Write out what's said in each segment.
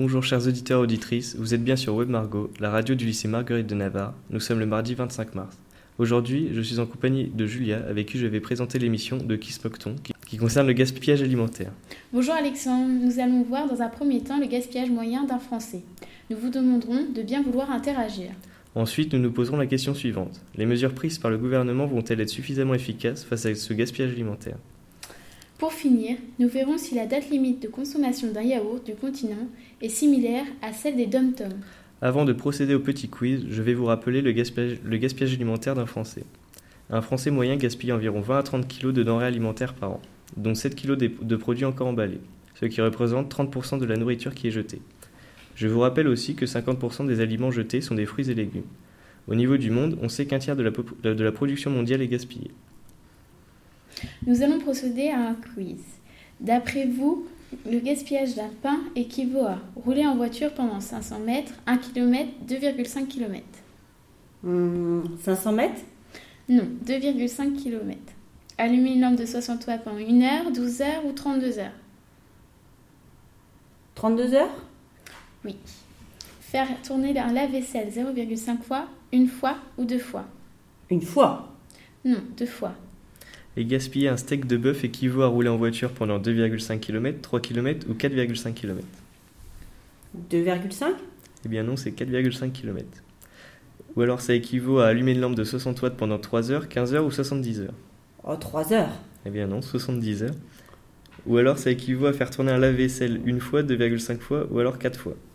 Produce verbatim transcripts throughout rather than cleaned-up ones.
Bonjour chers auditeurs et auditrices, vous êtes bien sur Web Margot, la radio du lycée Marguerite de Navarre. Nous sommes le mardi vingt-cinq mars. Aujourd'hui, je suis en compagnie de Julia, avec qui je vais présenter l'émission de Qui se moque-t-on, qui, qui concerne le gaspillage alimentaire. Bonjour Alexandre, nous allons voir dans un premier temps le gaspillage moyen d'un Français. Nous vous demanderons de bien vouloir interagir. Ensuite, nous nous poserons la question suivante. Les mesures prises par le gouvernement vont-elles être suffisamment efficaces face à ce gaspillage alimentaire ? Pour finir, nous verrons si la date limite de consommation d'un yaourt du continent est similaire à celle des dom-toms. Avant de procéder au petit quiz, je vais vous rappeler le gaspillage, le gaspillage alimentaire d'un Français. Un Français moyen gaspille environ vingt à trente kilos de denrées alimentaires par an, dont sept kilos de produits encore emballés, ce qui représente trente pour cent de la nourriture qui est jetée. Je vous rappelle aussi que cinquante pour cent des aliments jetés sont des fruits et légumes. Au niveau du monde, on sait qu'un tiers de la, pop- de la production mondiale est gaspillée. Nous allons procéder à un quiz. D'après vous, le gaspillage d'un pain équivaut à rouler en voiture pendant cinq cents mètres, un kilomètre, deux virgule cinq kilomètres. Hum, cinq cents mètres ? Non, deux virgule cinq kilomètres. Allumer une lampe de soixante watts pendant une heure, douze heures ou trente-deux heures. trente-deux heures ? Oui. Faire tourner un lave-vaisselle zéro virgule cinq fois, une fois ou deux fois. Une fois ? Non, deux fois. Et gaspiller un steak de bœuf équivaut à rouler en voiture pendant deux virgule cinq kilomètres, trois kilomètres ou quatre virgule cinq kilomètres. deux virgule cinq ? Eh bien non, c'est quatre virgule cinq kilomètres. Ou alors ça équivaut à allumer une lampe de soixante watts pendant trois heures, quinze heures ou soixante-dix heures. Oh, trois heures. Eh bien non, soixante-dix heures. Ou alors ça équivaut à faire tourner un lave-vaisselle une fois, deux virgule cinq fois ou alors quatre fois.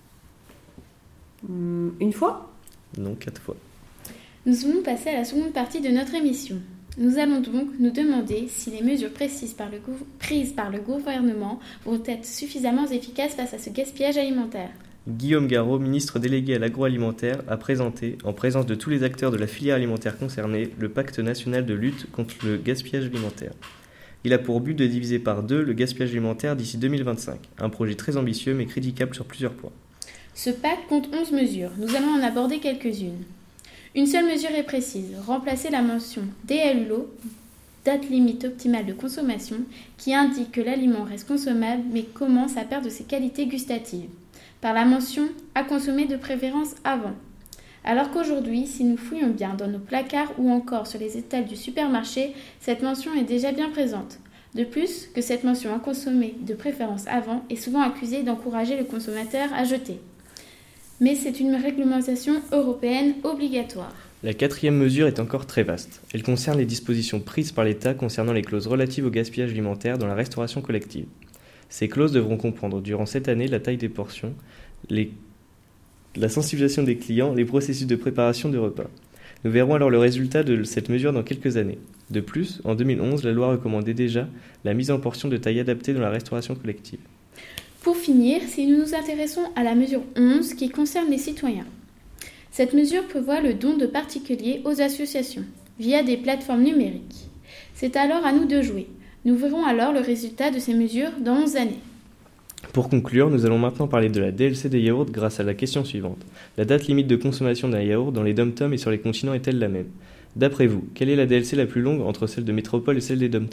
Hum, une fois ? Non, quatre fois. Nous allons passer à la seconde partie de notre émission. Nous allons donc nous demander si les mesures précises par le gouv- prises par le gouvernement vont être suffisamment efficaces face à ce gaspillage alimentaire. Guillaume Garot, ministre délégué à l'agroalimentaire, a présenté, en présence de tous les acteurs de la filière alimentaire concernée, le pacte national de lutte contre le gaspillage alimentaire. Il a pour but de diviser par deux le gaspillage alimentaire d'ici deux mille vingt-cinq, un projet très ambitieux mais critiquable sur plusieurs points. Ce pacte compte onze mesures. Nous allons en aborder quelques-unes. Une seule mesure est précise, remplacer la mention D L U O, date limite optimale de consommation, qui indique que l'aliment reste consommable mais commence à perdre ses qualités gustatives, par la mention à consommer de préférence avant. Alors qu'aujourd'hui, si nous fouillons bien dans nos placards ou encore sur les étals du supermarché, cette mention est déjà bien présente. De plus, que cette mention à consommer de préférence avant est souvent accusée d'encourager le consommateur à jeter. Mais c'est une réglementation européenne obligatoire. La quatrième mesure est encore très vaste. Elle concerne les dispositions prises par l'État concernant les clauses relatives au gaspillage alimentaire dans la restauration collective. Ces clauses devront comprendre durant cette année la taille des portions, les... la sensibilisation des clients, les processus de préparation de repas. Nous verrons alors le résultat de cette mesure dans quelques années. De plus, en deux mille onze, la loi recommandait déjà la mise en portions de taille adaptée dans la restauration collective. Pour finir, si nous nous intéressons à la mesure onze qui concerne les citoyens. Cette mesure prévoit le don de particuliers aux associations via des plateformes numériques. C'est alors à nous de jouer. Nous verrons alors le résultat de ces mesures dans onze années. Pour conclure, nous allons maintenant parler de la D L C des yaourts grâce à la question suivante. La date limite de consommation d'un yaourt dans les dom-toms et sur les continents est-elle la même ? D'après vous, quelle est la D L C la plus longue entre celle de métropole et celle des dom-toms ?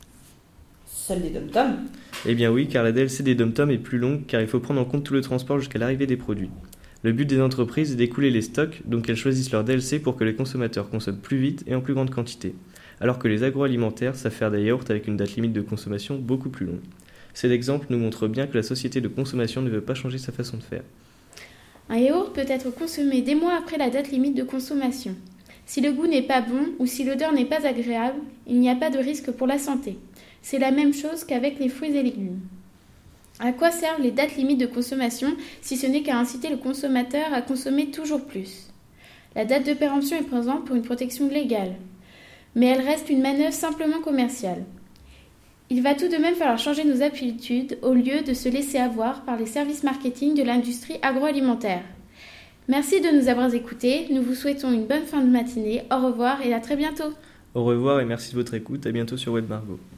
Celle des dom-toms ? Eh bien oui, car la D L C des dom-toms est plus longue car il faut prendre en compte tout le transport jusqu'à l'arrivée des produits. Le but des entreprises est d'écouler les stocks, donc elles choisissent leur D L C pour que les consommateurs consomment plus vite et en plus grande quantité, alors que les agroalimentaires savent faire des yaourts avec une date limite de consommation beaucoup plus longue. Cet exemple nous montre bien que la société de consommation ne veut pas changer sa façon de faire. Un yaourt peut être consommé des mois après la date limite de consommation. Si le goût n'est pas bon ou si l'odeur n'est pas agréable, il n'y a pas de risque pour la santé. C'est la même chose qu'avec les fruits et légumes. À quoi servent les dates limites de consommation si ce n'est qu'à inciter le consommateur à consommer toujours plus ? La date de péremption est présente pour une protection légale, mais elle reste une manœuvre simplement commerciale. Il va tout de même falloir changer nos habitudes au lieu de se laisser avoir par les services marketing de l'industrie agroalimentaire. Merci de nous avoir écoutés, nous vous souhaitons une bonne fin de matinée, au revoir et à très bientôt. Au revoir et merci de votre écoute, à bientôt sur Web Margot.